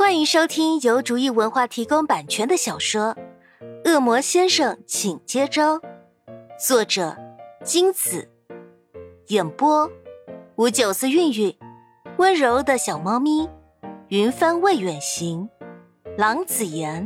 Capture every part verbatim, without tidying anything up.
欢迎收听由竹意文化提供版权的小说《恶魔先生请接招》，作者金子，演播吴九思韵韵，温柔的小猫咪，云帆未远行，郎子言。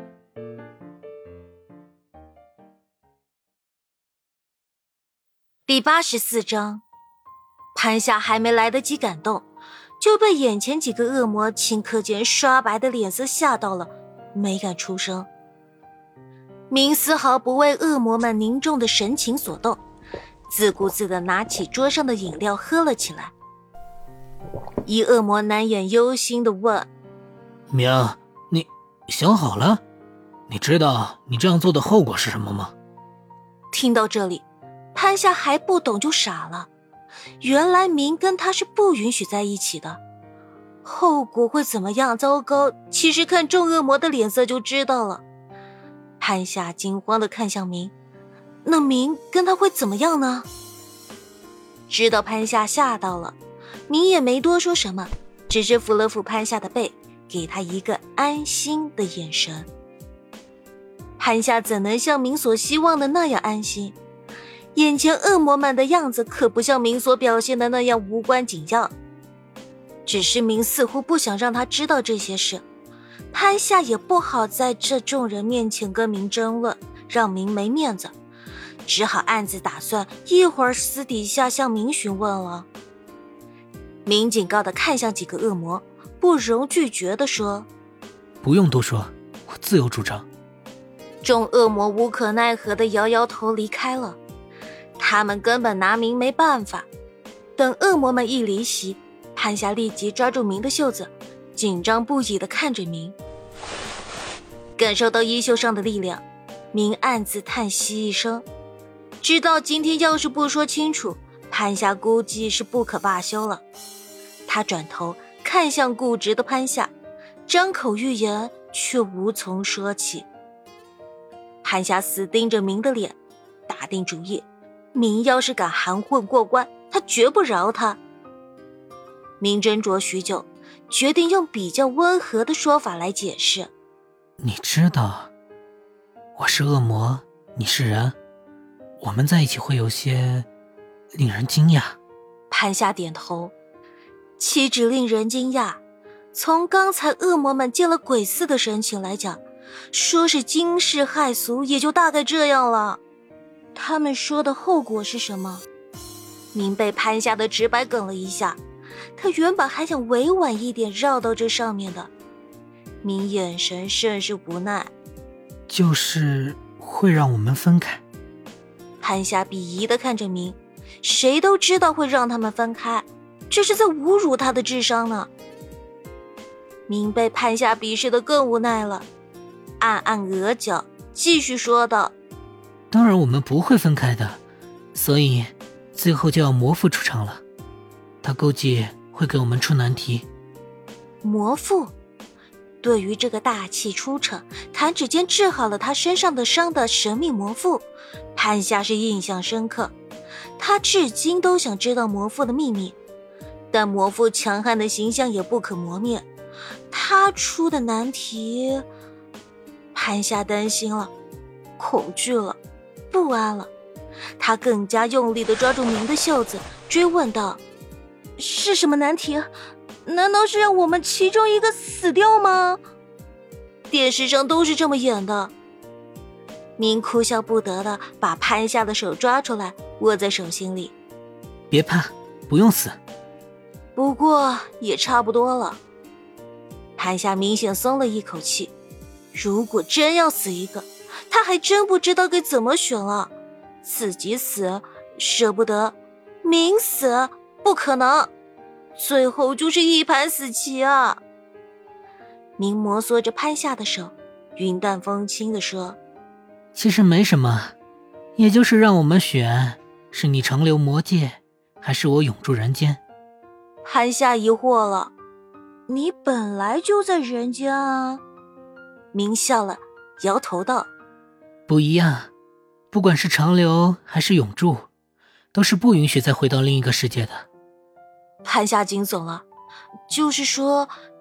第八十四章，潘夏还没来得及感动，就被眼前几个恶魔顷刻间刷白的脸色吓到了，没敢出声。明丝毫不为恶魔们凝重的神情所动，自顾自地拿起桌上的饮料喝了起来。一恶魔难掩忧心地问： 明，你想好了？你知道你这样做的后果是什么吗？ 听到这里，潘夏还不懂就傻了，原来明跟他是不允许在一起的，后果会怎么样糟糕，其实看众恶魔的脸色就知道了。潘夏惊慌地看向明，那明跟他会怎么样呢？知道潘夏吓到了，明也没多说什么，只是抚了抚潘夏的背，给他一个安心的眼神。潘夏怎能像明所希望的那样安心？眼前恶魔们的样子可不像明所表现的那样无关紧要，只是明似乎不想让他知道这些事，潘夏也不好在这众人面前跟明争论，让明没面子，只好暗自打算一会儿私底下向明询问了。明警告地看向几个恶魔，不容拒绝地说： 不用多说，我自有主张。 众恶魔无可奈何地摇摇头离开了，他们根本拿明没办法。等恶魔们一离席，潘夏立即抓住明的袖子，紧张不已地看着明。感受到衣袖上的力量，明暗自叹息一声，知道今天要是不说清楚，潘夏估计是不可罢休了。他转头看向固执的潘夏，张口欲言却无从说起。潘夏死盯着明的脸，打定主意，明要是敢含混过关，他绝不饶他。明斟酌许久，决定用比较温和的说法来解释。 你知道，我是恶魔，你是人，我们在一起会有些令人惊讶。 潘夏点头，岂止令人惊讶，从刚才恶魔们见了鬼似的神情来讲，说是惊世骇俗也就大概这样了。他们说的后果是什么？明被潘夏的直白哽了一下，他原本还想委婉一点绕到这上面的。明眼神甚是无奈， 就是会让我们分开。 潘夏鄙夷地看着明，谁都知道会让他们分开，这是在侮辱他的智商呢。明被潘夏鄙视得更无奈了，暗暗额角，继续说道： 当然我们不会分开的，所以最后就要魔父出场了，他估计会给我们出难题。 魔父？对于这个大气出场，弹指间治好了他身上的伤的神秘魔父，潘夏是印象深刻。他至今都想知道魔父的秘密，但魔父强悍的形象也不可磨灭。他出的难题，潘夏担心了，恐惧了，不安了。他更加用力地抓住明的袖子，追问道：是什么难题？难道是让我们其中一个死掉吗？电视上都是这么演的。明哭笑不得地把潘夏的手抓出来，握在手心里。 别怕，不用死。 不过也差不多了。潘夏明显松了一口气，如果真要死一个，他还真不知道该怎么选了。自己死舍不得，明死不可能，最后就是一盘死棋啊。明摩挲着潘夏的手，云淡风轻地说： 其实没什么，也就是让我们选，是你长留魔界，还是我永驻人间。 潘夏疑惑了：你本来就在人间啊。明笑了，摇头道： 不一样，不管是长留还是永驻，都是不允许再回到另一个世界的。 潘夏惊悚了，就是说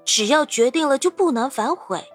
只要决定了就不能反悔。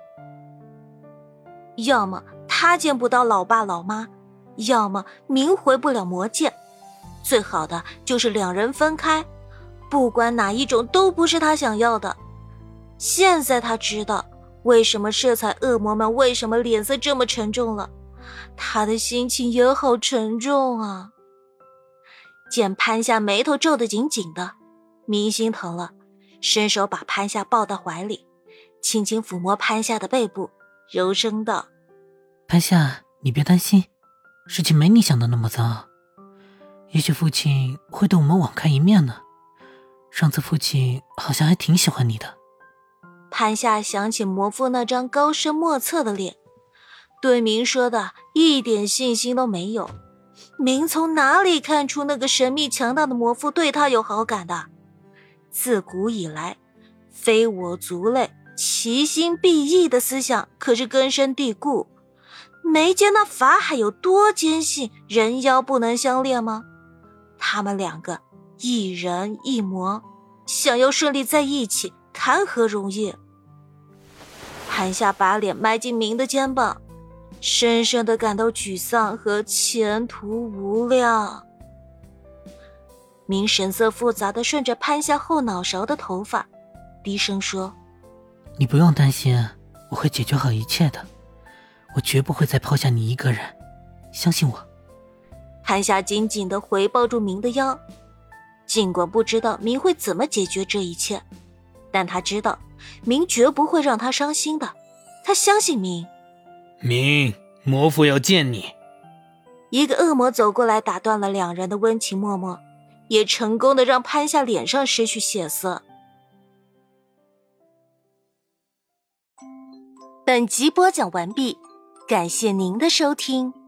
要么他见不到老爸老妈，要么明回不了魔界，最好的就是两人分开，不管哪一种都不是他想要的。现在他知道为什么色彩恶魔们为什么脸色这么沉重了，他的心情也好沉重啊。见潘夏眉头皱得紧紧的，明心疼了，伸手把潘夏抱到怀里，轻轻抚摸潘夏的背部，柔声道： 潘夏，你别担心，事情没你想的那么糟，也许父亲会对我们网开一面呢。上次父亲好像还挺喜欢你的。 潘夏想起魔父那张高深莫测的脸，对明说的一点信心都没有。明从哪里看出那个神秘强大的魔父对他有好感的？自古以来，非我族类，其心必异的思想可是根深蒂固。没见那法海有多坚信人妖不能相恋吗？他们两个一人一魔，想要顺利在一起，谈何容易？潘夏把脸埋进明的肩膀，深深地感到沮丧和前途无量。明神色复杂地顺着潘夏后脑勺的头发，低声说： 你不用担心，我会解决好一切的，我绝不会再抛下你一个人，相信我。 潘夏紧紧地回抱住明的腰，尽管不知道明会怎么解决这一切，但他知道明绝不会让他伤心的，他相信明。 明，魔父要见你。 一个恶魔走过来，打断了两人的温情脉脉，也成功的让潘夏脸上失去血色。本集播讲完毕，感谢您的收听。